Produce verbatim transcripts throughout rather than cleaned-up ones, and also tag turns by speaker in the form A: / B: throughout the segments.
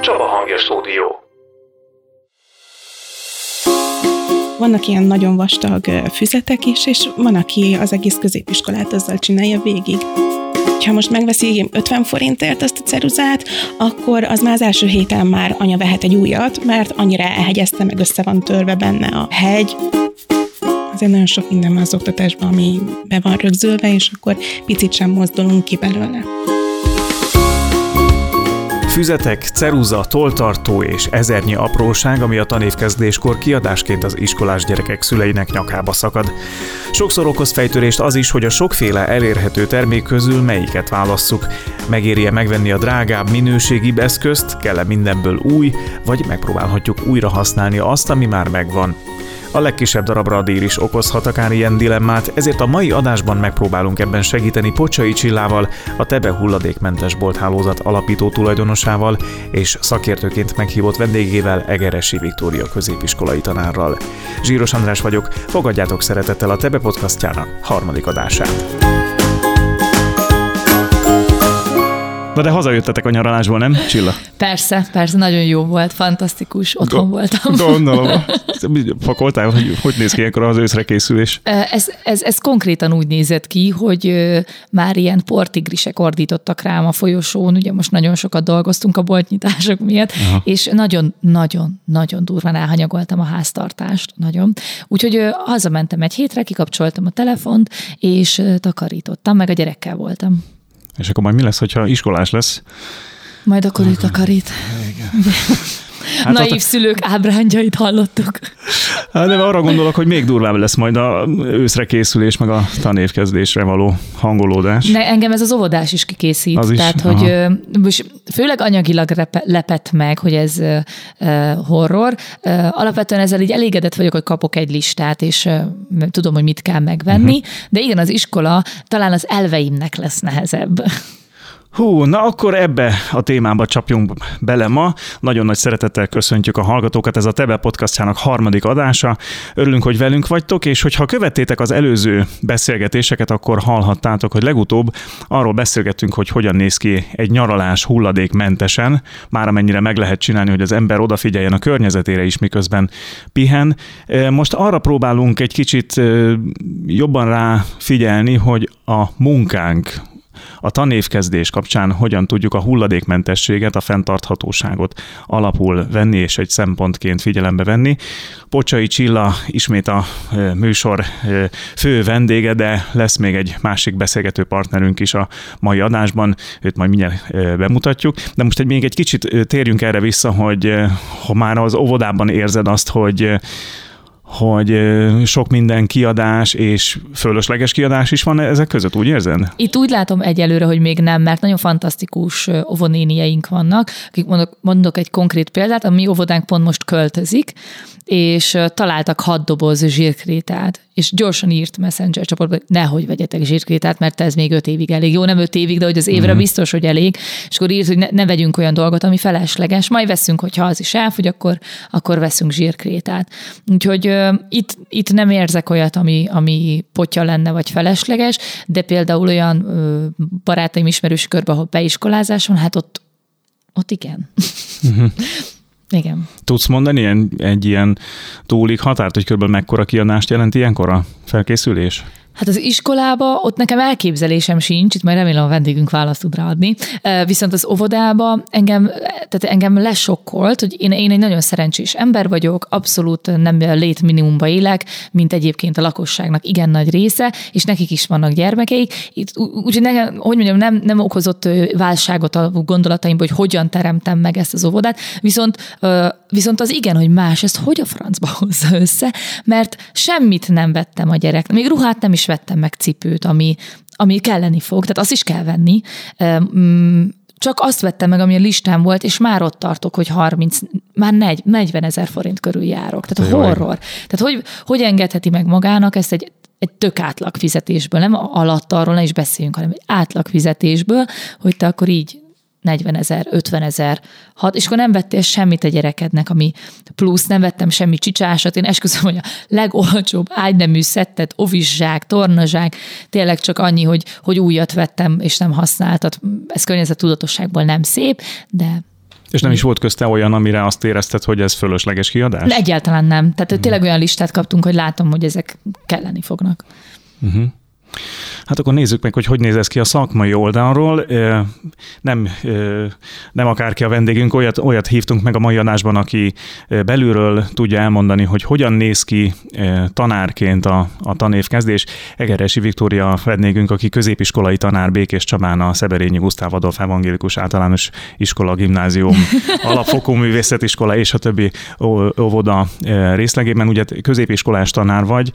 A: Csaba Hangja Stúdió.
B: Vannak ilyen nagyon vastag füzetek is, és van, aki az egész középiskolát azzal csinálja végig. Ha most megveszi ötven forintért azt a ceruzát, akkor az már az első héten már anya vehet egy újat, mert annyira elhegyezte, meg össze van törve benne a hegy. Azért nagyon sok minden van az oktatásban, ami be van rögzülve, és akkor picit sem mozdulunk ki belőle.
C: Füzetek, ceruza, tolltartó és ezernyi apróság, ami a tanévkezdéskor kiadásként az iskolás gyerekek szüleinek nyakába szakad. Sokszor okoz fejtörést az is, hogy a sokféle elérhető termék közül melyiket válasszuk. Megéri-e megvenni a drágább, minőségibb eszközt, kell-e mindenből új, vagy megpróbálhatjuk újra használni azt, ami már megvan. A legkisebb darabra a dír is okozhat akár ilyen dilemmát, ezért a mai adásban megpróbálunk ebben segíteni Pocsai Csillával, a Tebe hulladékmentes bolthálózat alapító tulajdonosával és szakértőként meghívott vendégével, Egeressy Viktória középiskolai tanárral. Zsíros András vagyok, fogadjátok szeretettel a Tebe podcastjának harmadik adását. Na de hazajöttetek a nyaralásból, nem, Csilla?
D: Persze, persze, nagyon jó volt, fantasztikus, otthon Go- voltam.
C: Gondolom. Pakoltál, hogy hogy néz ki ilyenkor az őszre készülés?
D: Ez, ez, ez konkrétan úgy nézett ki, hogy már ilyen portigrisek ordítottak rám a folyosón, ugye most nagyon sokat dolgoztunk a boltnyitások miatt, aha, és nagyon-nagyon-nagyon durván elhanyagoltam a háztartást, nagyon. Úgyhogy hazamentem egy hétre, kikapcsoltam a telefont, és takarítottam, meg a gyerekkel voltam.
C: És akkor majd mi lesz, hogyha iskolás lesz?
D: Majd akkor ő takarít. Hát naív ott... szülők ábrándjait hallottuk.
C: Hát de arra gondolok, hogy még durvább lesz majd a őszre készülés, meg a tanévkezdésre való hangolódás.
D: Ne, engem ez az óvodás is kikészít. Az is? Tehát, aha, hogy most főleg anyagilag repe, lepett meg, hogy ez uh, horror. Uh, alapvetően ezzel így elégedett vagyok, hogy kapok egy listát, és uh, tudom, hogy mit kell megvenni, uh-huh, de igen, az iskola talán az elveimnek lesz nehezebb.
C: Hú, na akkor ebbe a témába csapjunk bele ma. Nagyon nagy szeretettel köszöntjük a hallgatókat, ez a Tebe podcastjának harmadik adása. Örülünk, hogy velünk vagytok, és hogyha követtétek az előző beszélgetéseket, akkor hallhattátok, hogy legutóbb arról beszélgettünk, hogy hogyan néz ki egy nyaralás hulladékmentesen, már amennyire meg lehet csinálni, hogy az ember odafigyeljen a környezetére is, miközben pihen. Most arra próbálunk egy kicsit jobban ráfigyelni, hogy a munkánk, a tanévkezdés kapcsán hogyan tudjuk a hulladékmentességet, a fenntarthatóságot alapul venni és egy szempontként figyelembe venni. Pocsai Csilla ismét a műsor fő vendége, de lesz még egy másik beszélgető partnerünk is a mai adásban, őt majd mindjárt bemutatjuk. De most egy, még egy kicsit térjünk erre vissza, hogy ha már az óvodában érzed azt, hogy hogy sok minden kiadás és fölösleges kiadás is van ezek között, úgy érzed?
D: Itt úgy látom egyelőre, hogy még nem, mert nagyon fantasztikus óvonénieink vannak, akik mondok, mondok egy konkrét példát, a mi óvodánk pont most költözik, és találtak hat doboz zsírkrétát, és gyorsan írt Messenger csoportba, hogy nehogy vegyetek zsírkrétát, mert ez még öt évig elég. Jó, nem öt évig, de hogy az évre mm. biztos, hogy elég. És akkor írt, hogy ne, ne vegyünk olyan dolgot, ami felesleges. Majd veszünk, hogyha az is elfogy, akkor, akkor veszünk zsírkrétát. Úgyhogy uh, itt, itt nem érzek olyat, ami, ami potya lenne, vagy felesleges, de például olyan uh, barátaim ismerős körben, ahol beiskolázás van, hát ott, ott igen. Mm-hmm. Igen.
C: Tudsz mondani egy, egy ilyen túlig határt, hogy kb. Mekkora kiadást jelent ilyenkor a felkészülés?
D: Hát az iskolába ott nekem elképzelésem sincs, itt majd remélem a vendégünk választ tud ráadni, viszont az óvodába engem, tehát engem lesokkolt, hogy én, én egy nagyon szerencsés ember vagyok, abszolút nem létminimumba élek, mint egyébként a lakosságnak igen nagy része, és nekik is vannak gyermekeik. Úgyhogy nekem, hogy mondjam, nem, nem okozott válságot a gondolataimban, hogy hogyan teremtem meg ezt az óvodát, viszont, viszont az igen, hogy más, ezt hogy a francba hozza össze, mert semmit nem vettem a gyereknek, még ruhát nem is vettem meg, cipőt, ami, ami kelleni fog, tehát azt is kell venni. Csak azt vettem meg, ami a listán volt, és már ott tartok, hogy harminc, már negyven ezer forint körül járok. Tehát horror. Tehát hogy, hogy engedheti meg magának ezt egy, egy tök átlag fizetésből, nem alatt arról ne is beszéljünk, hanem egy átlag fizetésből, hogy te akkor így negyven ezer, ötven ezer, hat, és akkor nem vettél semmit a gyerekednek, ami plusz, nem vettem semmi csicsásat, én esküszöm, hogy a legolcsóbb ágynemű szettet, ovizsák, tornazsák, tényleg csak annyi, hogy, hogy újat vettem, és nem használtat. Ez környezettudatosságból nem szép, de...
C: És nem is volt közte olyan, amire azt érezted, hogy ez fölösleges kiadás?
D: Egyáltalán nem. Tehát uh-huh. tényleg olyan listát kaptunk, hogy látom, hogy ezek kelleni fognak.
C: Uh-huh. Hát akkor nézzük meg, hogy hogy néz ez ki a szakmai oldalról. Nem, nem akárki a vendégünk, olyat, olyat hívtunk meg a mai adásban, aki belülről tudja elmondani, hogy hogyan néz ki tanárként a, a tanévkezdés. Egeresi Viktória vendégünk, aki középiskolai tanár Békés Csabán, a Szeberényi Gusztáv Adolf Evangélikus Általános Iskola, Gimnázium, Alapfokú Művészetiskola és a többi óvoda részlegében. Ugye középiskolás tanár vagy.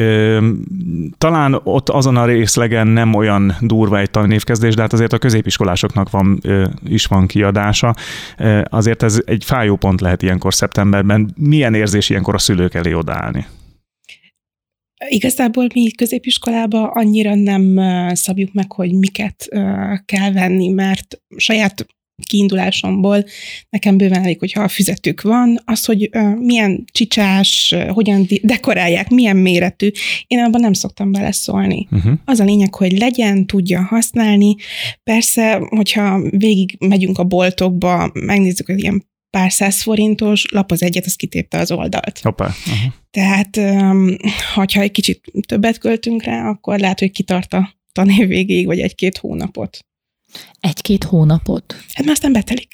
C: Talán ott azon a részlegen nem olyan durva egy tanévkezdés, de hát azért a középiskolásoknak van, is van kiadása. Azért ez egy fájó pont lehet ilyenkor szeptemberben. Milyen érzés ilyenkor a szülők elé odaállni?
B: Igazából mi középiskolába annyira nem szabjuk meg, hogy miket kell venni, mert saját kiindulásomból nekem bőven elég, hogyha a füzetük van, az, hogy uh, milyen csicsás, uh, hogyan dekorálják, milyen méretű, én abban nem szoktam beleszólni. Uh-huh. Az a lényeg, hogy legyen, tudja használni. Persze, hogyha végig megyünk a boltokba, megnézzük, hogy ilyen pár száz forintos, lapoz egyet, az kitépte az oldalt.
C: Hoppá. Uh-huh.
B: Tehát, um, hogyha egy kicsit többet költünk rá, akkor lehet, hogy kitart a tanév végéig, vagy egy-két hónapot.
D: Egy-két hónapot?
B: Hát már aztán betelik.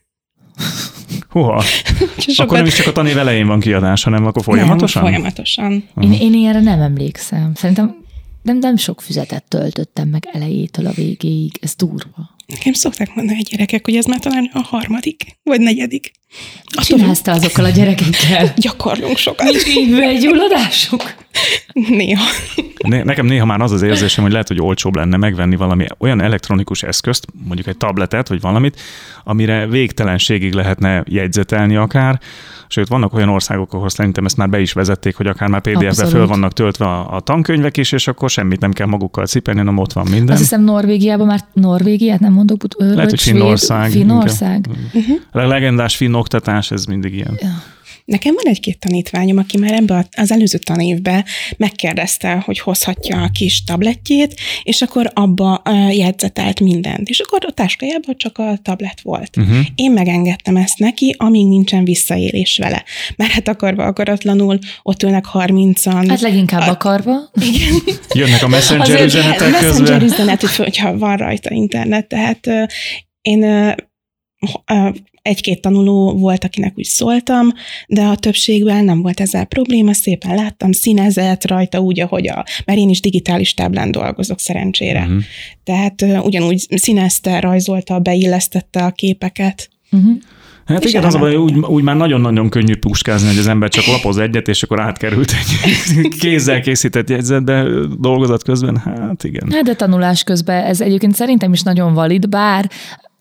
C: Húha. Sokat... Akkor nem is csak a tanév elején van kiadás, hanem akkor folyamatosan?
B: Nem, folyamatosan.
D: Én, én ilyenre nem emlékszem. Szerintem nem, nem sok füzetet töltöttem meg elejétől a végéig. Ez durva.
B: Nekem szokták mondani a gyerekek, hogy ez már talán a harmadik, vagy negyedik.
D: Mit csinálsz te azokkal a gyerekekkel?
B: Gyakorlunk sokat.
D: Nincs évvelgyulladásuk?
B: Néha.
C: Ne, nekem néha már az az érzésem, hogy lehet, hogy olcsóbb lenne megvenni valami olyan elektronikus eszközt, mondjuk egy tabletet, vagy valamit, amire végtelenségig lehetne jegyzetelni akár. Sőt, vannak olyan országok, ahol szerintem ezt már be is vezették, hogy akár már pé dé ef-be föl vannak töltve a, a tankönyvek is, és akkor semmit nem kell magukkal cipelni, hanem ott van minden.
D: Azt hiszem Norvégiában már Norvégiát nem mondok, hogy
C: lehet, hogy Finnország.
D: Finnország.
C: Uh-huh. A legendás finn oktatás, ez mindig ilyen.
D: Ja.
B: Nekem van egy-két tanítványom, aki már ebbe az előző tanévben megkérdezte, hogy hozhatja a kis tabletjét, és akkor abba jegyzetelt mindent. És akkor a táskájában csak a tablet volt. Uh-huh. Én megengedtem ezt neki, amíg nincsen visszaélés vele. Mert hát akarva akaratlanul ott ülnek harmincan.
D: Hát leginkább a... akarva.
B: Igen.
C: Jönnek a messenger üzenetek közben.
B: Messenger üzenet, hogyha van rajta internet. Tehát uh, én... Uh, uh, Egy-két tanuló volt, akinek úgy szóltam, de a többségben nem volt ezzel probléma, szépen láttam, színezett rajta úgy, ahogy a, mert én is digitális táblán dolgozok szerencsére. Uh-huh. Tehát uh, ugyanúgy színezte, rajzolta, beillesztette a képeket.
C: Uh-huh. Hát és igen, az a baj, úgy, úgy már nagyon-nagyon könnyű puskázni, hogy az ember csak lapoz egyet, és akkor átkerült egy kézzel készített jegyzetbe dolgozat közben. Hát igen.
D: Hát de tanulás közben ez egyébként szerintem is nagyon valid, bár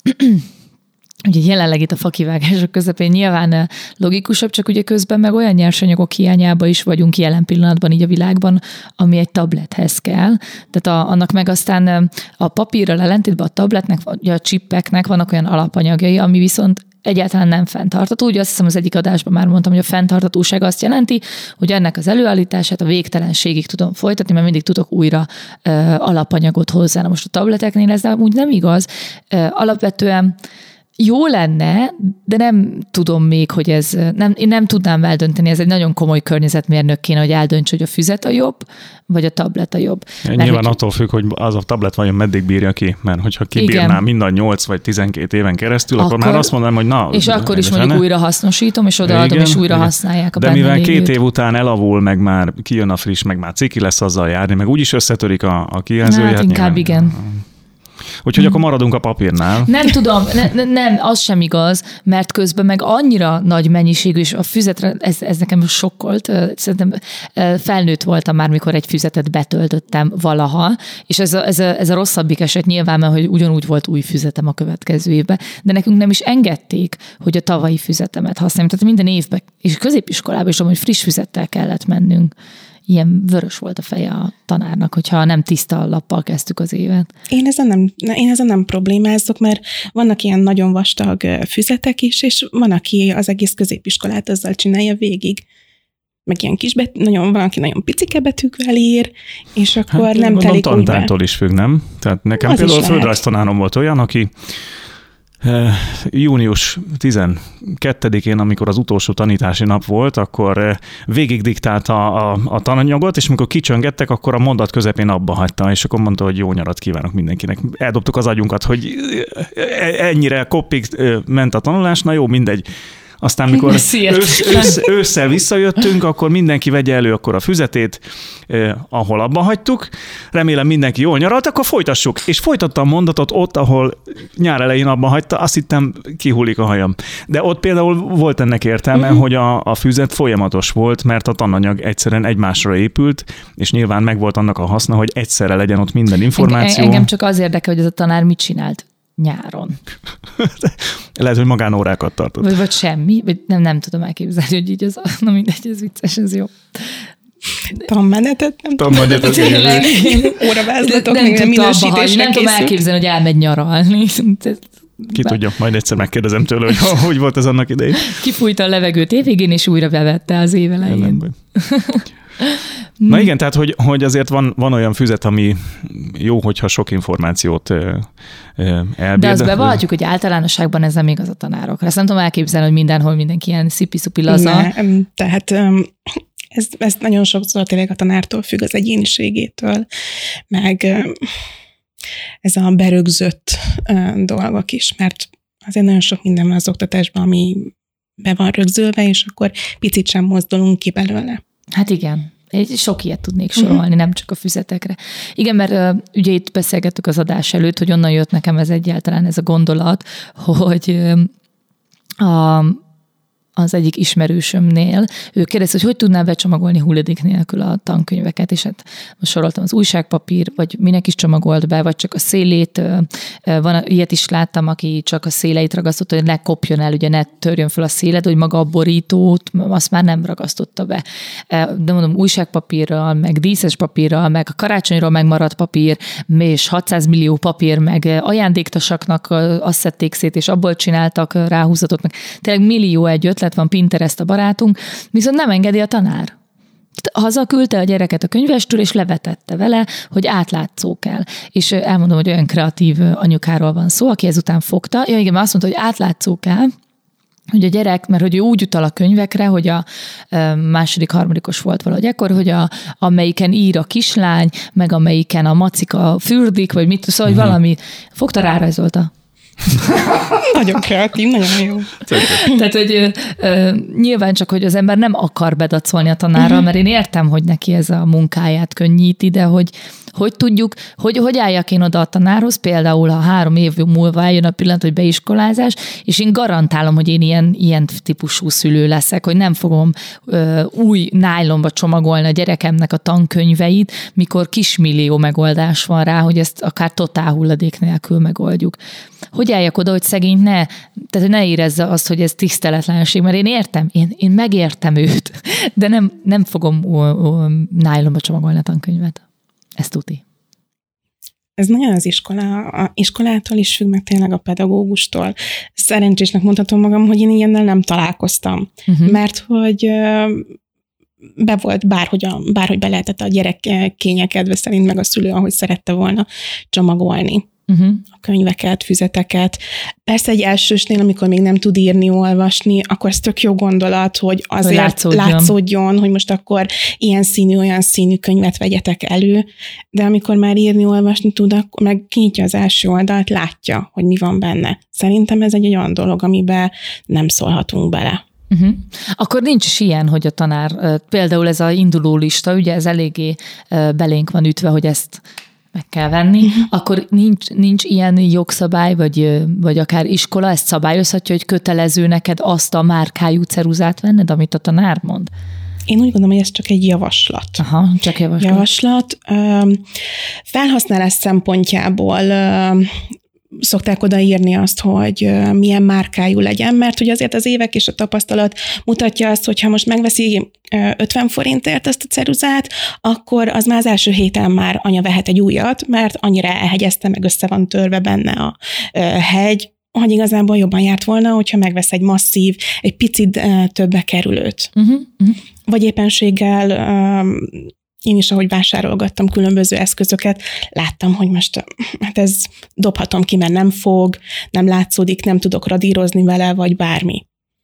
D: ugye jelenleg itt a fakivágások közepén nyilván logikusabb, csak ugye közben meg olyan nyersanyagok hiányába is vagyunk jelen pillanatban így a világban, ami egy tablethez kell. Tehát a, annak meg aztán a papírral ellentétben a tabletnek, vagy a csippeknek vannak olyan alapanyagjai, ami viszont egyáltalán nem fenntartató. Ugye azt hiszem az egyik adásban már mondtam, hogy a fenntartatóság azt jelenti, hogy ennek az előállítását a végtelenségig tudom folytatni, mert mindig tudok újra ö, alapanyagot hozzá. Na most a tableteknél ez úgy nem igaz. Ö, alapvetően jó lenne, de nem tudom még, hogy ez, nem, én nem tudnám eldönteni, ez egy nagyon komoly környezetmérnök kéne, hogy eldönts, hogy a füzet a jobb, vagy a tablet a jobb.
C: Ja, nyilván hogy... attól függ, hogy az a tablet vajon meddig bírja ki, mert hogyha kibírná mind a nyolc vagy tizenkét éven keresztül, akkor, akkor már azt mondanám, hogy na...
D: És akkor is mondjuk újra hasznosítom, és odaadom, és újra igen. használják a
C: de
D: benne
C: mivel
D: lévőt.
C: Két év után elavul, meg már kijön a friss, meg már ciki lesz azzal járni, meg úgyis összetörik a, a kijelzője.
D: Hát inkább nyilván, igen.
C: Úgyhogy hmm. akkor maradunk a papírnál.
D: Nem tudom, ne, nem, az sem igaz, mert közben meg annyira nagy mennyiségű, és a füzetre, ez, ez nekem sokkolt, szerintem felnőtt voltam már, mikor egy füzetet betöltöttem valaha, és ez a, ez a, ez a rosszabbik eset nyilván, mert hogy ugyanúgy volt új füzetem a következő évben, de nekünk nem is engedték, hogy a tavalyi füzetemet használjam. Tehát minden évben, és középiskolában is, hogy friss füzettel kellett mennünk. Ilyen vörös volt a feje a tanárnak, hogyha nem tiszta lappal kezdtük az évet.
B: Én ezen nem, én ezen nem problémázok, mert vannak ilyen nagyon vastag füzetek is, és van, aki az egész középiskolát azzal csinálja végig. Meg ilyen kis betű, nagyon, van, aki nagyon picike betűkvel ír, és akkor hát, nem telik úgy be.
C: Tantártól is függ, nem? Tehát nekem
B: az
C: például a földrajztanárom volt olyan, aki június tizenkettedikén, amikor az utolsó tanítási nap volt, akkor végig diktálta a, a tananyagot, és amikor kicsöngettek, akkor a mondat közepén abba hagyta, és akkor mondta, hogy jó nyarat kívánok mindenkinek. Eldobtuk az agyunkat, hogy ennyire koppig ment a tanulás, na jó, mindegy. Aztán, mikor ősz, ősz, ősszel visszajöttünk, akkor mindenki vegye elő akkor a füzetét, eh, ahol abba hagytuk. Remélem mindenki jól nyaralt, akkor folytassuk. És folytatta a mondatot ott, ahol nyár elején abba hagyta, azt hittem kihullik a hajam. De ott például volt ennek értelme, uh-huh. hogy a, a füzet folyamatos volt, mert a tananyag egyszerűen egymásra épült, és nyilván megvolt annak a haszna, hogy egyszerre legyen ott minden információ.
D: Engem csak az érdekel, hogy ez a tanár mit csinált nyáron.
C: Lehet, hogy magánórákat tartott.
D: Vagy, vagy semmi, vagy nem, nem tudom elképzelni, hogy így az, na mindegy, ez vicces, ez jó.
B: Tanmenetet nem
C: Tanmenetet
B: tényleg. Óravázlatok,
D: nem,
B: még nem
D: minősítésre nem tudom elképzelni, hogy elmegy nyaralni.
C: Ki tudja, majd egyszer megkérdezem tőle, hogy hogy volt ez annak idején.
D: Kifújta a levegőt évvégén, és újra bevette az év elején.
C: Na igen, tehát hogy, hogy azért van, van olyan füzet, ami jó, hogyha sok információt elbír.
D: De azt bevallhatjuk, hogy általánosságban ez nem igaz a tanárokra. Ezt nem tudom elképzelni, hogy mindenhol mindenki ilyen szipi-szupi laza.
B: Nem, tehát ez, ez nagyon sokszor tényleg a tanártól függ, az egyéniségétől, meg ez a berögzött dolgok is, mert azért nagyon sok minden van az oktatásban, ami be van rögzülve, és akkor picit sem mozdulunk ki belőle.
D: Hát igen. Sok ilyet tudnék sorolni, uh-huh. nem csak a füzetekre. Igen, mert uh, ugye itt beszélgettük az adás előtt, hogy onnan jött nekem ez egyáltalán ez a gondolat, hogy uh, a az egyik ismerősömnél, ő kérdezte, hogy hogy tudná becsomagolni hulladék nélkül a tankönyveket, és hát most soroltam az újságpapír, vagy minek is csomagolt be, vagy csak a szélét, van, ilyet is láttam, aki csak a széleit ragasztotta, hogy ne kopjon el, ugye ne törjön fel a széled, hogy maga a borítót, azt már nem ragasztotta be. De mondom, újságpapírral, meg díszes papírral, meg a karácsonyról megmaradt papír, és hatszáz millió papír, meg ajándéktasaknak azt szedték szét, és abból csináltak ráhúzatot, meg tényleg millió egy ötlet van, Pinterest a barátunk, viszont nem engedi a tanár. Hazaküldte a gyereket a könyvestől, és levetette vele, hogy átlátszó kell. És elmondom, hogy olyan kreatív anyukáról van szó, aki ezután fogta. Ja, igen, azt mondta, hogy átlátszó kell, hogy a gyerek, mert hogy ő úgy utal a könyvekre, hogy a második, harmadikos volt valahogy ekkor, hogy a, amelyiken ír a kislány, meg amelyiken a macika fürdik, vagy mit, szóval, hogy valami fogta, rárajzolta.
B: Nagyon kreatív, nagyon jó.
D: Tehát, hogy ö, nyilván csak, hogy az ember nem akar bedacolni a tanárral, uh-huh. mert én értem, hogy neki ez a munkáját könnyíti, de hogy hogy tudjuk, hogy, hogy álljak én oda a tanárhoz, például ha három év múlva eljön a pillanat, hogy beiskolázás, és én garantálom, hogy én ilyen, ilyen típusú szülő leszek, hogy nem fogom ö, új nájlonba csomagolni a gyerekemnek a tankönyveit, mikor kismillió megoldás van rá, hogy ezt akár totál hulladék nélkül megoldjuk. Hogy álljak oda, hogy szegény ne, tehát ne érezze azt, hogy ez tiszteletlenség, mert én értem, én, én megértem őt, de nem, nem fogom nájlonba csomagolni a tankönyvet. Ez tuti.
B: Ez nagyon az iskola, a iskolától is függ, meg tényleg a pedagógustól. Szerencsésnek mondhatom magam, hogy én ilyennel nem találkoztam. Uh-huh. Mert hogy be volt bárhogyan, bárhogy be lehetett a gyerek kényekedve szerint, meg a szülő, ahogy szerette volna csomagolni. Uh-huh. A könyveket, füzeteket. Persze egy elsősnél, amikor még nem tud írni, olvasni, akkor ez tök jó gondolat, hogy azért hogy látszódjon. látszódjon, hogy most akkor ilyen színű, olyan színű könyvet vegyetek elő, de amikor már írni, olvasni tud, akkor meg kinyitja az első oldalt, látja, hogy mi van benne. Szerintem ez egy olyan dolog, amiben nem szólhatunk bele.
D: Uh-huh. Akkor nincs is ilyen, hogy a tanár, például ez a induló lista, ugye ez eléggé belénk van ütve, hogy ezt meg kell venni, uh-huh. akkor nincs, nincs ilyen jogszabály, vagy, vagy akár iskola ezt szabályozhatja, hogy kötelező neked azt a márkájú ceruzát venned, amit a tanár mond?
B: Én úgy gondolom, hogy ez csak egy javaslat.
D: Aha, csak javaslat.
B: Javaslat. Felhasználás szempontjából szokták odaírni azt, hogy milyen márkájú legyen, mert ugye azért az évek és a tapasztalat mutatja azt, hogy ha most megveszi ötven forintért ezt a ceruzát, akkor az már az első héten már anya vehet egy újat, mert annyira elhegyezte, meg össze van törve benne a hegy, hogy igazából jobban járt volna, hogyha megvesz egy masszív, egy picit többe kerülőt. Uh-huh, uh-huh. Vagy éppenséggel én is, ahogy vásárolgattam különböző eszközöket, láttam, hogy most hát ez dobhatom ki, mert nem fog, nem látszódik, nem tudok radírozni vele, vagy bármi.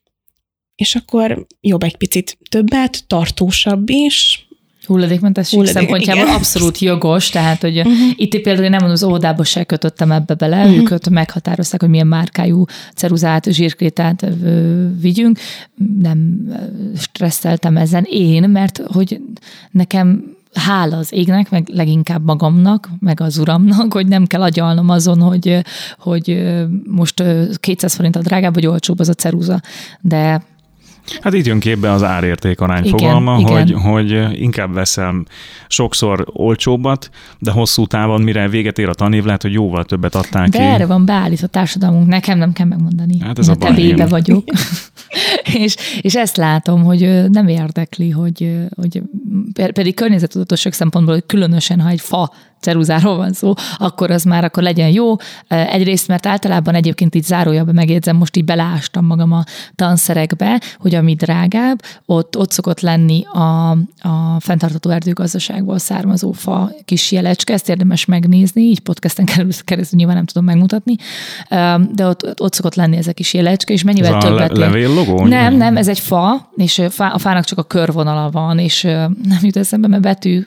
B: És akkor jobb egy picit többet, tartósabb is.
D: Hulladékmentesség Hulladék, szempontjából igen. Abszolút jogos, tehát, hogy uh-huh. itt például én nem mondom, az óvodába se kötöttem ebbe bele, uh-huh. ők meghatározták, hogy milyen márkájú ceruzát, zsírkrétát vigyünk, nem stresszeltem ezen én, mert hogy nekem hála az égnek, meg leginkább magamnak, meg az uramnak, hogy nem kell agyalnom azon, hogy, hogy most kétszáz forint a drágább, vagy olcsóbb az a ceruza, de
C: hát itt jön képbe az árérték arány
D: igen,
C: fogalma,
D: igen.
C: Hogy, hogy inkább veszem sokszor olcsóbbat, de hosszú távon, mire véget ér a tanév, lehet, hogy jóval többet adták
D: de
C: ki.
D: De erre van beállítva a társadalmunk, nekem nem kell megmondani.
C: Hát ez a baj,
D: tebébe vagyok. és, és ezt látom, hogy nem érdekli, hogy, hogy pedig környezettudatosság szempontból, hogy különösen, ha egy fa ceruzáról van szó, akkor az már akkor legyen jó. Egyrészt, mert általában egyébként így zárójelben megjegyzem, most így beleástam magam a tanszerekbe, hogy ami drágább, ott, ott szokott lenni a, a fenntartható erdőgazdaságból származó fa kis jelecske, ezt érdemes megnézni, így podcasten keresztül nyilván nem tudom megmutatni, de ott, ott szokott lenni ezek kis jelecske, és mennyivel
C: ez
D: többet...
C: a le- levéllogó?
D: Nem, nem, ez egy fa, és a fának csak a körvonala van, és nem jut eszembe, mert betű.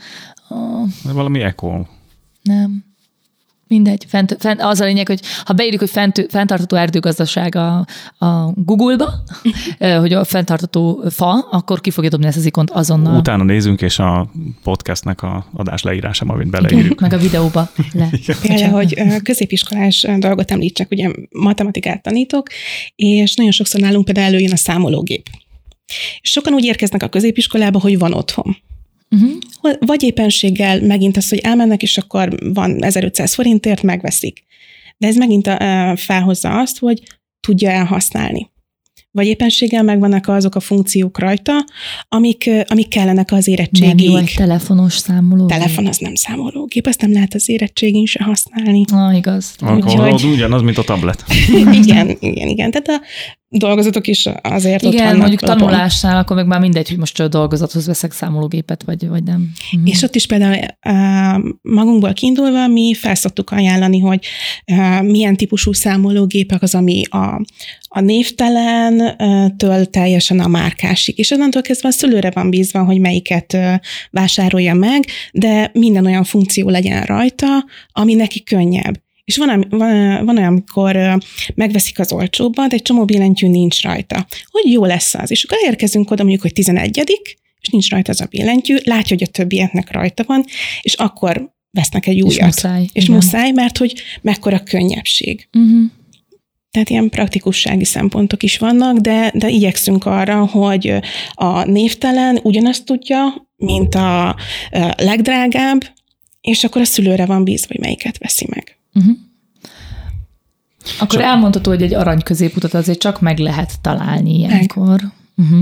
C: Oh. Valami eko.
D: Nem. Mindegy. Fent, fent, az a lényeg, hogy ha beírjuk, hogy fent, fenntartható erdőgazdaság a, a Google-ba, hogy a fenntartható fa, akkor ki fogja dobni ezt az ikont azonnal.
C: Utána nézünk, és a podcastnek a adás leírása, amit beleírjuk.
D: Igen, meg a videóba le.
B: Például, hogy középiskolás dolgot említsek, ugye matematikát tanítok, és nagyon sokszor nálunk például előjön a számológép. És sokan úgy érkeznek a középiskolába, hogy van otthon. Uh-huh. Vagy éppenséggel megint az, hogy elmennek, és akkor van ezerötszáz forintért, megveszik. De ez megint uh, felhozza azt, hogy tudja elhasználni. Vagy éppenséggel megvannak azok a funkciók rajta, amik, amik kellenek az érettségig.
D: Nem jó egy telefonos számológép.
B: Telefon az nem számológép, azt nem lehet az érettségén se használni.
D: Ah, igaz.
C: Akkor Úgyhogy... ugyanaz, mint a tablet.
B: igen, igen, igen. Tehát a dolgozatok is azért
D: igen,
B: ott vannak.
D: Igen, mondjuk lapon. Tanulásnál, akkor meg már mindegy, hogy most a dolgozathoz veszek számológépet, vagy, vagy nem.
B: Mm. És ott is például uh, magunkból kiindulva mi felszoktuk ajánlani, hogy uh, milyen típusú számológépek az, ami a, a névtelentől teljesen a márkásig. És onnantól kezdve a szülőre van bízva, hogy melyiket uh, vásárolja meg, de minden olyan funkció legyen rajta, ami neki könnyebb. És van, van, van olyan, amikor megveszik az olcsóbban, de egy csomó billentyű nincs rajta. Hogy jó lesz az? És akkor érkezünk oda mondjuk, hogy tizenegyedik, és nincs rajta az a billentyű, látja, hogy a többieknek rajta van, és akkor vesznek egy újat. És
D: muszáj.
B: És muszáj, mert hogy mekkora könnyebbség. Uh-huh. Tehát ilyen praktikussági szempontok is vannak, de, de igyekszünk arra, hogy a névtelen ugyanazt tudja, mint a legdrágább, és akkor a szülőre van bízva, hogy melyiket veszi meg.
D: Uh-huh. Akkor csak... elmondható, hogy egy arany középutat azért csak meg lehet találni ilyenkor. Uh-huh.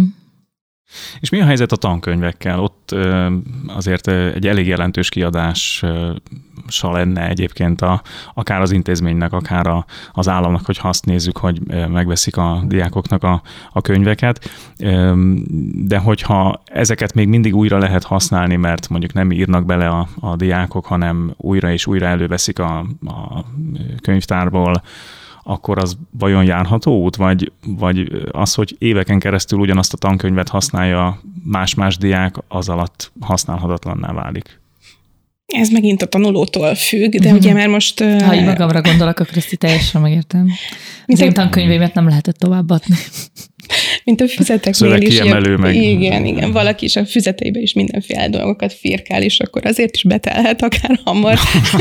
C: És mi a helyzet a tankönyvekkel? Ott azért egy elég jelentős kiadással lenne egyébként a, akár az intézménynek, akár a, az államnak, hogy azt nézzük, hogy megveszik a diákoknak a, a könyveket. De hogyha ezeket még mindig újra lehet használni, mert mondjuk nem írnak bele a, a diákok, hanem újra és újra előveszik a, a könyvtárból, akkor az vajon járható út? Vagy, vagy az, hogy éveken keresztül ugyanazt a tankönyvet használja más-más diák, az alatt használhatatlanná válik?
B: Ez megint a tanulótól függ, de mm-hmm. ugye már most...
D: Ha így magamra gondolok, akkor ezt teljesen megértem. Az én tankönyvémet nem lehetett továbbadni.
B: Mint a füzeteknél
C: Szöveg
B: is.
C: Kiemelő meg.
B: Igen, igen. Valaki is a füzeteibe is mindenféle dolgokat firkál, és akkor azért is betelhet akár hamar.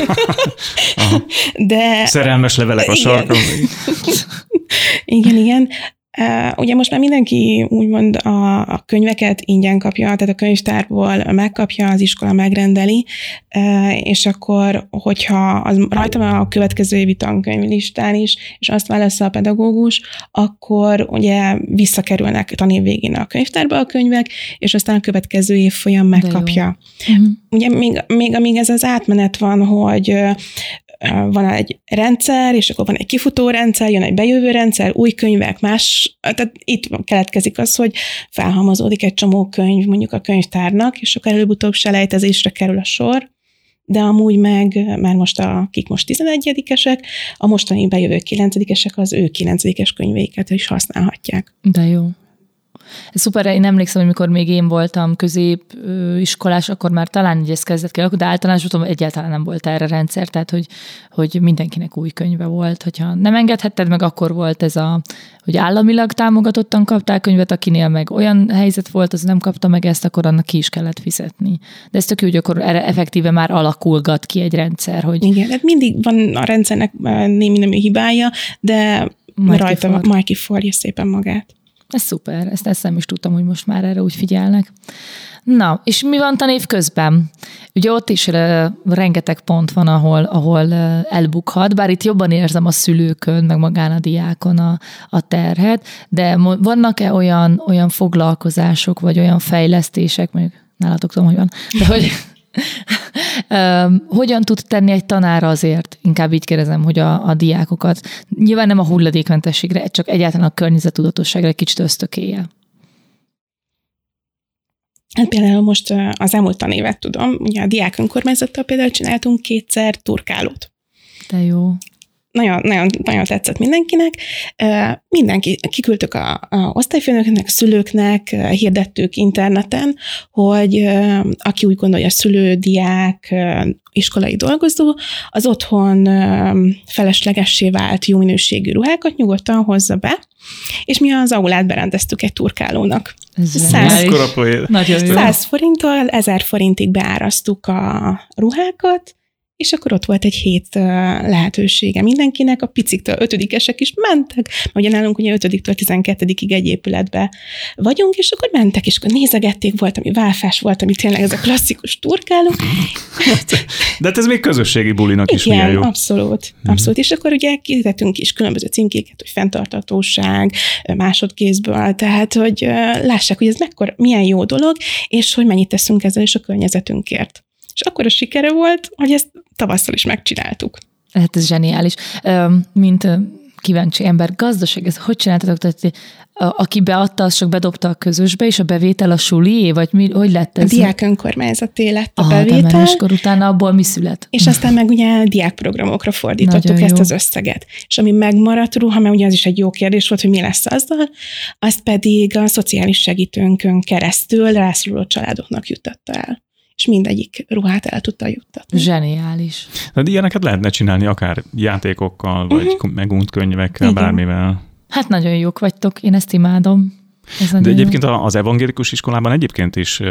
B: De...
C: Szerelmes levelek a sarkon.
B: Igen, igen. Uh, ugye most már mindenki úgymond a, a könyveket ingyen kapja, tehát a könyvtárból megkapja, az iskola megrendeli, uh, és akkor, hogyha az rajta van a következő évi tankönyvlistán is, és azt válassza a pedagógus, akkor ugye visszakerülnek tanév végén a könyvtárba a könyvek, és aztán a következő év folyam megkapja. Uh-huh. Ugye még, még amíg ez az átmenet van, hogy van egy rendszer, és akkor van egy kifutó rendszer, jön egy bejövő rendszer, új könyvek, más, tehát itt keletkezik az, hogy felhalmozódik egy csomó könyv mondjuk a könyvtárnak, és akkor előbb-utóbb selejtezésre kerül a sor, de amúgy meg, már most a, akik most tizenegyedikesek, a mostani bejövő kilencedikesek az ő kilencedikes könyveiket is használhatják.
D: De jó. Ez szuper, én emlékszem, hogy mikor még én voltam középiskolás, akkor már talán így ez kezdett ki, de általános voltam, egyáltalán nem volt erre rendszer, tehát hogy, hogy mindenkinek új könyve volt. Hogyha nem engedhetted meg, akkor volt ez a, hogy államilag támogatottan kapták könyvet, akinél meg olyan helyzet volt, az nem kapta meg ezt, akkor annak ki is kellett fizetni. De ez tök jó, hogy akkor erre effektíve már alakulgat ki egy rendszer, hogy...
B: Igen, hát mindig van a rendszernek némi nemű hibája, de majd rajta kiford. majd kifordja szépen magát.
D: Ez szuper, ezt, ezt nem is tudtam, hogy most már erre úgy figyelnek. Na, és mi van tanév közben? Ugye ott is uh, rengeteg pont van, ahol, ahol uh, elbukhat, bár itt jobban érzem a szülőkön, meg magán a diákon a, a terhet, de vannak-e olyan, olyan foglalkozások, vagy olyan fejlesztések, mondjuk nálatok tudom, hogy van, de hogy... Um, hogyan tud tenni egy tanár azért? Inkább így kérdezem, hogy a, a diákokat, nyilván nem a hulladékmentességre, csak egyáltalán a környezettudatosságra egy kicsit ösztökélje.
B: Hát például most az elmúlt tanévet tudom, ugye a diák önkormányzattal például csináltunk kétszer turkálót.
D: De jó.
B: Nagyon, nagyon, nagyon tetszett mindenkinek. Mindenki, kiküldtük a, a osztályfőnöknek, szülőknek, hirdettük interneten, hogy aki úgy gondolja, szülő, diák, iskolai dolgozó, az otthon feleslegessé vált jó minőségű ruhákat nyugodtan hozza be, és mi az aulát berendeztük egy turkálónak. száz forinttól ezer forintig beáraztuk a ruhákat, és akkor ott volt egy hét lehetősége mindenkinek, a piciktől ötödikesek is mentek, ugye nálunk ugye ötödiktől tizenkettedikig egy épületbe vagyunk, és akkor mentek, és akkor nézegették, volt, ami válfás, volt, ami tényleg ez a klasszikus turkáló.
C: De hát ez még közösségi bulinak is
B: igen,
C: jó.
B: abszolút, abszolút. És akkor ugye kitettünk is különböző címkéket, hogy fenntarthatóság, másodkézből, tehát, hogy lássák, hogy ez mekkora, milyen jó dolog, és hogy mennyit teszünk ezzel is a környezetünkért. És akkor a sikere volt, hogy ezt tavasszal is megcsináltuk.
D: Hát ez zseniális. Mint kíváncsi ember, gazdaság, ez hogy csináltatok? Tehát, aki beadta, az csak bedobta a közösbe, és a bevétel a sulié? Vagy mi, hogy lett ez?
B: A diák önkormányzaté lett a
D: Aha,
B: bevétel.
D: És akkor utána abból mi szület?
B: És aztán meg ugye diákprogramokra fordítottuk
D: nagyon
B: ezt
D: jó.
B: az összeget. És ami megmaradt ruha, mert ugye az is egy jó kérdés volt, hogy mi lesz azzal, azt pedig a szociális segítőnkön keresztül rászoruló családoknak juttatta el. És mindegyik ruhát el tudta juttatni.
D: Zseniális.
C: De ilyeneket lehetne csinálni akár játékokkal, vagy uh-huh. megunt könyvekkel, igen. bármivel.
D: Hát nagyon jók vagytok, én ezt imádom. Ez
C: de egyébként jó. Az evangélikus iskolában egyébként is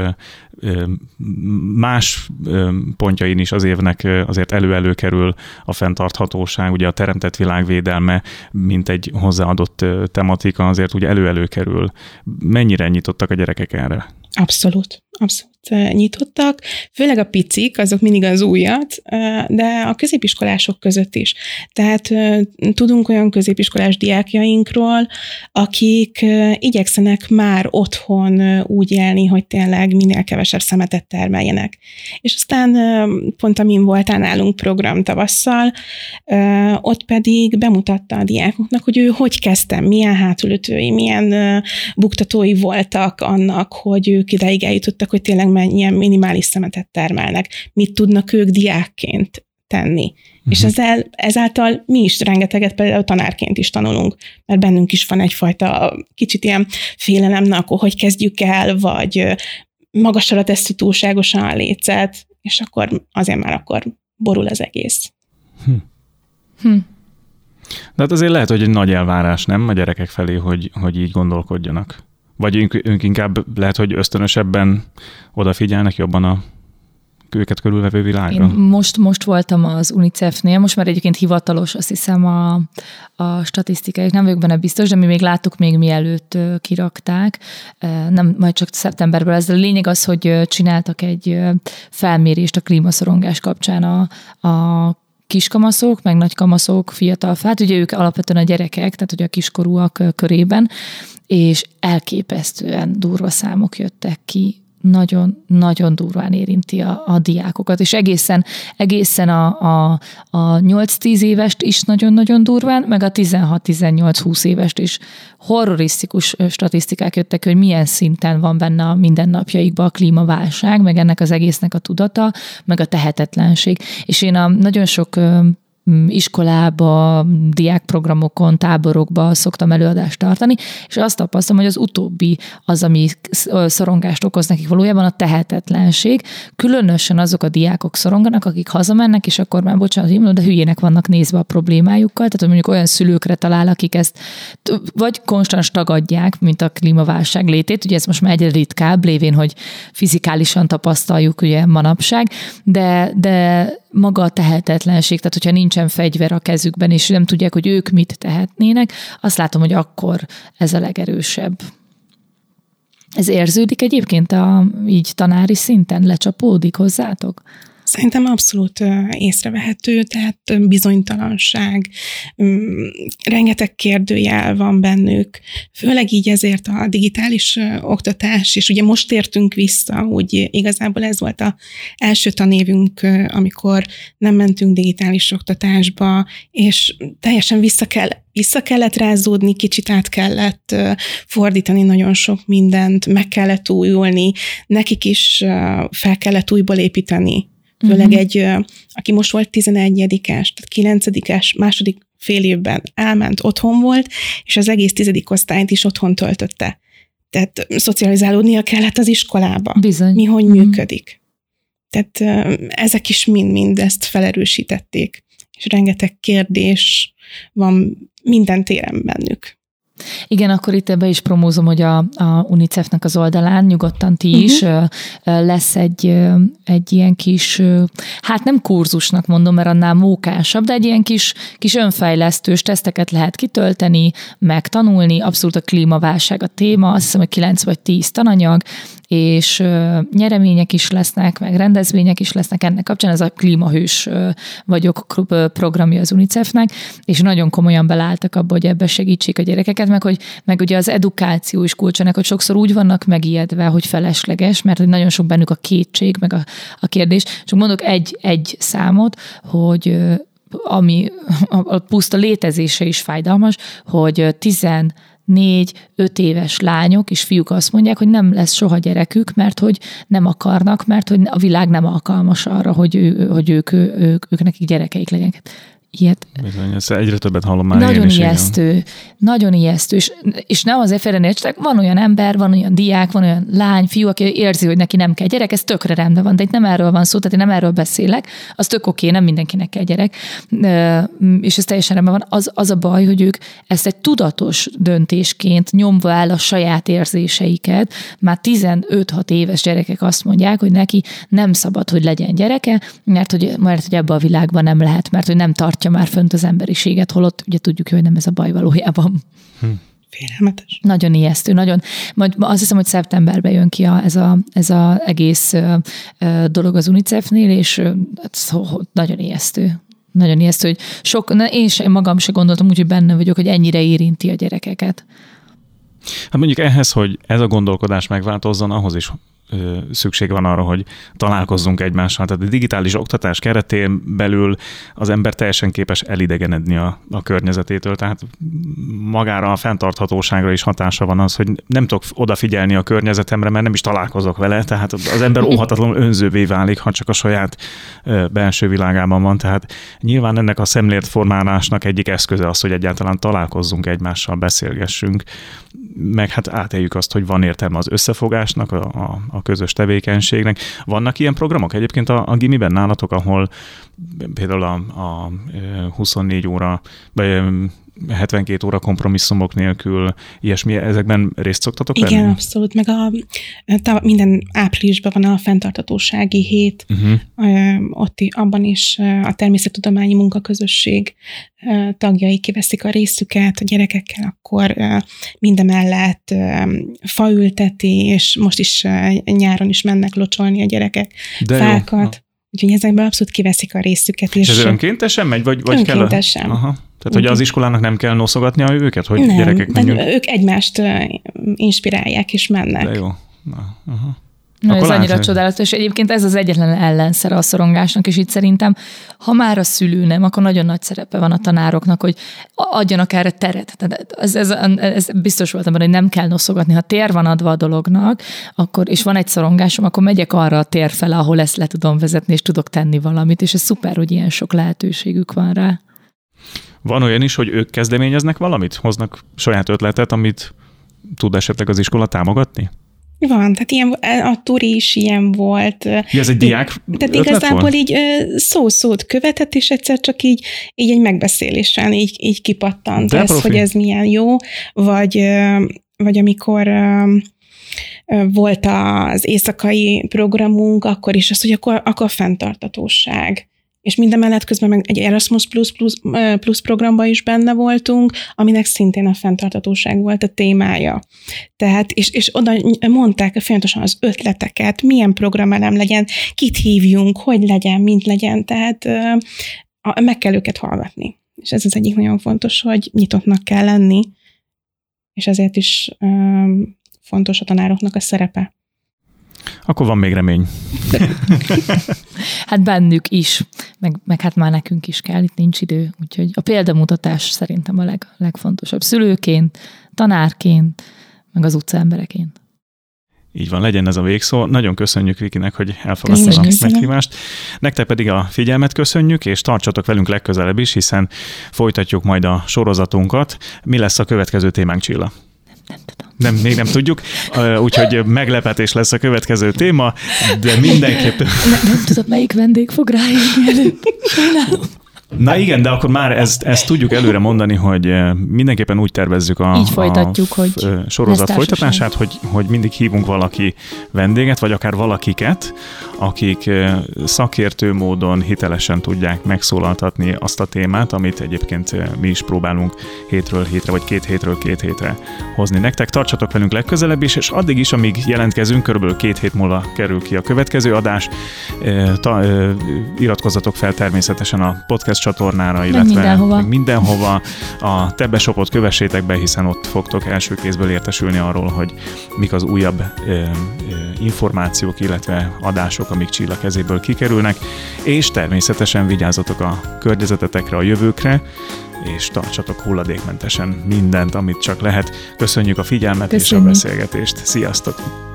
C: más pontjain is az évnek azért elő-elő kerül a fenntarthatóság, ugye a teremtett világ védelme, mint egy hozzáadott tematika, azért ugye elő-elő kerül. Mennyire nyitottak a gyerekek erre?
B: Abszolút, abszolút nyitottak, főleg a picik, azok mindig az újat, de a középiskolások között is. Tehát tudunk olyan középiskolás diákjainkról, akik igyekszenek már otthon úgy élni, hogy tényleg minél kevesebb szemetet termeljenek. És aztán pont amin voltál nálunk program tavasszal, ott pedig bemutatta a diákoknak, hogy ő hogy kezdtem, milyen hátulütői, milyen buktatói voltak annak, hogy ők ideig eljutottak, hogy tényleg milyen minimális szemetet termelnek, mit tudnak ők diákként tenni. Uh-huh. És ezzel, ezáltal mi is rengeteget például tanárként is tanulunk, mert bennünk is van egyfajta kicsit ilyen félelem, na akkor hogy kezdjük el, vagy magasra tesszük túlságosan a lécet, és akkor azért már akkor borul az egész. Hm.
D: Hm.
C: De hát azért lehet, hogy egy nagy elvárás, nem? A gyerekek felé, hogy, hogy így gondolkodjanak. Vagy ők, ők inkább lehet, hogy ösztönösebben odafigyelnek jobban a őket körülvevő világra?
D: Én most, most voltam az UNICEF-nél, most már egyébként hivatalos, azt hiszem a, a statisztikájuk, nem vagyok benne biztos, de mi még láttuk még mielőtt kirakták, nem, majd csak szeptemberben. Ez a lényeg az, hogy csináltak egy felmérést a klímaszorongás kapcsán a, a kiskamaszok, meg nagykamaszok, fiatal fát, ugye ők alapvetően a gyerekek, tehát ugye a kiskorúak körében, és elképesztően durva számok jöttek ki. nagyon-nagyon durván érinti a, a diákokat, és egészen, egészen a, a, a nyolc-tíz évest is nagyon-nagyon durván, meg a tizenhat-tizennyolc-húsz évest is. Horrorisztikus statisztikák jöttek, hogy milyen szinten van benne a mindennapjaikban a klímaválság, meg ennek az egésznek a tudata, meg a tehetetlenség. És én a nagyon sok iskolába, diákprogramokon, táborokba szoktam előadást tartani, és azt tapasztalom, hogy az utóbbi az, ami szorongást okoz nekik valójában a tehetetlenség. Különösen azok a diákok szoronganak, akik hazamennek, és akkor már bocsánat, de hülyének vannak nézve a problémájukkal, tehát hogy mondjuk olyan szülőkre talál, akik ezt vagy konstans tagadják, mint a klímaválság létét, ugye ez most már egyre ritkább, lévén, hogy fizikálisan tapasztaljuk ugye manapság, de, de maga a tehetetlenség, tehát hogyha nincsen fegyver a kezükben, és nem tudják, hogy ők mit tehetnének, azt látom, hogy akkor ez a legerősebb. Ez érződik egyébként a, így tanári szinten? Lecsapódik hozzátok?
B: Szerintem abszolút észrevehető, tehát bizonytalanság, rengeteg kérdőjel van bennük, főleg így ezért a digitális oktatás, és ugye most tértünk vissza, úgy igazából ez volt az első tanévünk, amikor nem mentünk digitális oktatásba, és teljesen vissza kell Vissza kellett rázódni, kicsit át kellett fordítani nagyon sok mindent, meg kellett újulni, nekik is fel kellett újból építeni. Főleg uh-huh. egy, aki most volt tizenegyedikes, tehát kilencedikes, második fél évben elment, otthon volt, és az egész tizedik osztályt is otthon töltötte. Tehát szocializálódnia kellett az iskolába.
D: Bizony.
B: Mi hogy
D: uh-huh.
B: működik. Tehát ezek is mind-mind ezt felerősítették. És rengeteg kérdés van minden téren bennük.
D: Igen, akkor itt ebbe is promózom, hogy a, a UNICEF-nek az oldalán nyugodtan ti uh-huh. is lesz egy, egy ilyen kis, hát nem kurzusnak mondom, mert annál mókásabb, de egy ilyen kis, kis önfejlesztős teszteket lehet kitölteni, megtanulni, abszolút a klímaválság a téma, azt hiszem, hogy kilenc vagy tíz tananyag, és nyeremények is lesznek, meg rendezvények is lesznek ennek kapcsán, ez a klímahős vagyok programja az UNICEF-nek, és nagyon komolyan belálltak abba, hogy ebbe segítsék a gyerekeket, meg, hogy, meg ugye az edukáció is kulcsának, hogy sokszor úgy vannak megijedve, hogy felesleges, mert hogy nagyon sok bennük a kétség, meg a, a kérdés. Csak mondok egy, egy számot, hogy ami a puszta létezése is fájdalmas, hogy tizen négy, öt éves lányok és fiúk azt mondják, hogy nem lesz soha gyerekük, mert hogy nem akarnak, mert hogy a világ nem alkalmas arra, hogy, ő, hogy ők, ők, ők nekik gyerekeik legyenek. Ilyet.
C: Bizony, ezt egyre többet hallom már.
D: Nagyon
C: én is,
D: ijesztő. Igen. Nagyon ijesztő. És, és nem azért félreértsetek, van olyan ember, van olyan diák, van olyan lány, fiú, aki érzi, hogy neki nem kell gyerek, ez tökre rendben van, de itt nem erről van szó, tehát én nem erről beszélek, az tök oké, nem mindenkinek kell gyerek, és ez teljesen rendben van. Az, az a baj, hogy ők ezt egy tudatos döntésként nyomva el a saját érzéseiket, már tizenöt-hat éves gyerekek azt mondják, hogy neki nem szabad, hogy legyen gyereke, mert hogy, mert hogy ebben a világban nem lehet, mert hogy nem tart már fönt az emberiséget, holott ugye tudjuk, hogy nem ez a baj valójában.
B: Hm. Félelmetes.
D: Nagyon ijesztő, nagyon. Majd azt hiszem, hogy szeptemberben jön ki a, ez az ez a egész uh, dolog az UNICEF-nél, és uh, szó, nagyon ijesztő. Nagyon ijesztő, hogy sok, na, én sem magam se gondoltam úgy, hogy benne vagyok, hogy ennyire érinti a gyerekeket.
C: Hát mondjuk ehhez, hogy ez a gondolkodás megváltozzon, ahhoz is szükség van arra, hogy találkozzunk egymással. Tehát a digitális oktatás keretén belül az ember teljesen képes elidegenedni a, a környezetétől, tehát magára a fenntarthatóságra is hatása van az, hogy nem tudok odafigyelni a környezetemre, mert nem is találkozok vele, tehát az ember óhatatlanul önzővé válik, ha csak a saját belső világában van. Tehát nyilván ennek a szemléletformálásnak egyik eszköze az, hogy egyáltalán találkozzunk egymással, beszélgessünk, meg hát átéljük azt, hogy van értelme az összefogásnak, a, a, a közös tevékenységnek. Vannak ilyen programok egyébként a, a gimiben nálatok, ahol például a, a huszonnégy óra, vagy hetvenkét óra kompromisszumok nélkül ilyesmi, ezekben részt szoktatok venni?
B: Igen, abszolút, meg a, a, minden áprilisban van a fenntarthatósági hét, uh-huh. ott abban is a természettudományi munkaközösség tagjai kiveszik a részüket a gyerekekkel, akkor mindemellett faültetés, most is nyáron is mennek locsolni a gyerekek de fákat. Úgyhogy ezekben abszolút kiveszik a részüket. És,
C: és ez önkéntesen megy? Vagy, vagy
B: önkéntesen.
C: Kell a... Aha. Tehát, hogy az iskolának nem kell noszogatnia őket, hogy
B: nem,
C: gyerekek menjünk?
B: Nem, ők egymást inspirálják és mennek.
C: De jó. Na, aha.
D: Na, ez annyira lát, csodálatos. Egyébként ez az egyetlen ellenszere a szorongásnak, és itt szerintem, ha már a szülő nem, akkor nagyon nagy szerepe van a tanároknak, hogy adjanak erre teret. Tehát ez, ez, ez biztos voltam benne, hogy nem kell noszogatni. Ha tér van adva a dolognak, akkor, és van egy szorongásom, akkor megyek arra a tér fele, ahol ezt le tudom vezetni, és tudok tenni valamit, és ez szuper, hogy ilyen sok lehetőségük van rá.
C: Van olyan is, hogy ők kezdeményeznek valamit? Hoznak saját ötletet, amit tud esetleg az iskola támogatni?
B: Van, tehát ilyen, a Turi is ilyen volt.
C: Ja, ez egy diák
B: Tehát igazából volt? Így szó-szót követett, és egyszer csak így, így egy megbeszélésen így, így kipattant ez, hogy ez milyen jó, vagy, vagy amikor volt az éjszakai programunk, akkor is az, hogy akkor, akkor a fenntarthatóság. És mindemellett közben meg egy Erasmus Plus, Plus, Plus programba is benne voltunk, aminek szintén a fenntarthatóság volt a témája. Tehát, és, és oda mondták folyamatosan az ötleteket, milyen programelem legyen, kit hívjunk, hogy legyen, mint legyen, tehát meg kell őket hallgatni. És ez az egyik nagyon fontos, hogy nyitottnak kell lenni, és ezért is fontos a tanároknak a szerepe.
C: Akkor van még remény.
D: Hát bennük is, meg, meg hát már nekünk is kell, itt nincs idő, úgyhogy a példamutatás szerintem a leg, legfontosabb. Szülőként, tanárként, meg az utca embereként.
C: Így van, legyen ez a végszó. Nagyon köszönjük Vikinek, hogy elfogadtad a meghívást. Nektek pedig a figyelmet köszönjük, és tartsatok velünk legközelebb is, hiszen folytatjuk majd a sorozatunkat. Mi lesz a következő témánk, Csilla?
D: Nem tudom.
C: Nem, még nem tudjuk, úgyhogy meglepetés lesz a következő téma, de mindenképpen...
D: Nem, nem tudom, melyik vendég fog rájönni előtt. Sajnálom.
C: Na igen, de akkor már ezt, ezt tudjuk előre mondani, hogy mindenképpen úgy tervezzük a,
D: Így folytatjuk,
C: a
D: hogy
C: sorozat folytatását, hogy, hogy mindig hívunk valaki vendéget, vagy akár valakiket, akik szakértő módon hitelesen tudják megszólaltatni azt a témát, amit egyébként mi is próbálunk hétről hétre, vagy két hétről két hétre hozni nektek. Tartsatok velünk legközelebb is, és addig is, amíg jelentkezünk, körülbelül két hét múlva kerül ki a következő adás. Ta, iratkozzatok fel természetesen a podcast csatornára, illetve
D: mindenhova.
C: mindenhova a Tebbeshopot kövessétek be, hiszen ott fogtok első kézből értesülni arról, hogy mik az újabb ö, ö, információk, illetve adások, amik Csilla kezéből kikerülnek, és természetesen vigyázzatok a környezetetekre, a jövőkre, és tartsatok hulladékmentesen mindent, amit csak lehet. Köszönjük a figyelmet. Köszönjük. És a beszélgetést. Sziasztok!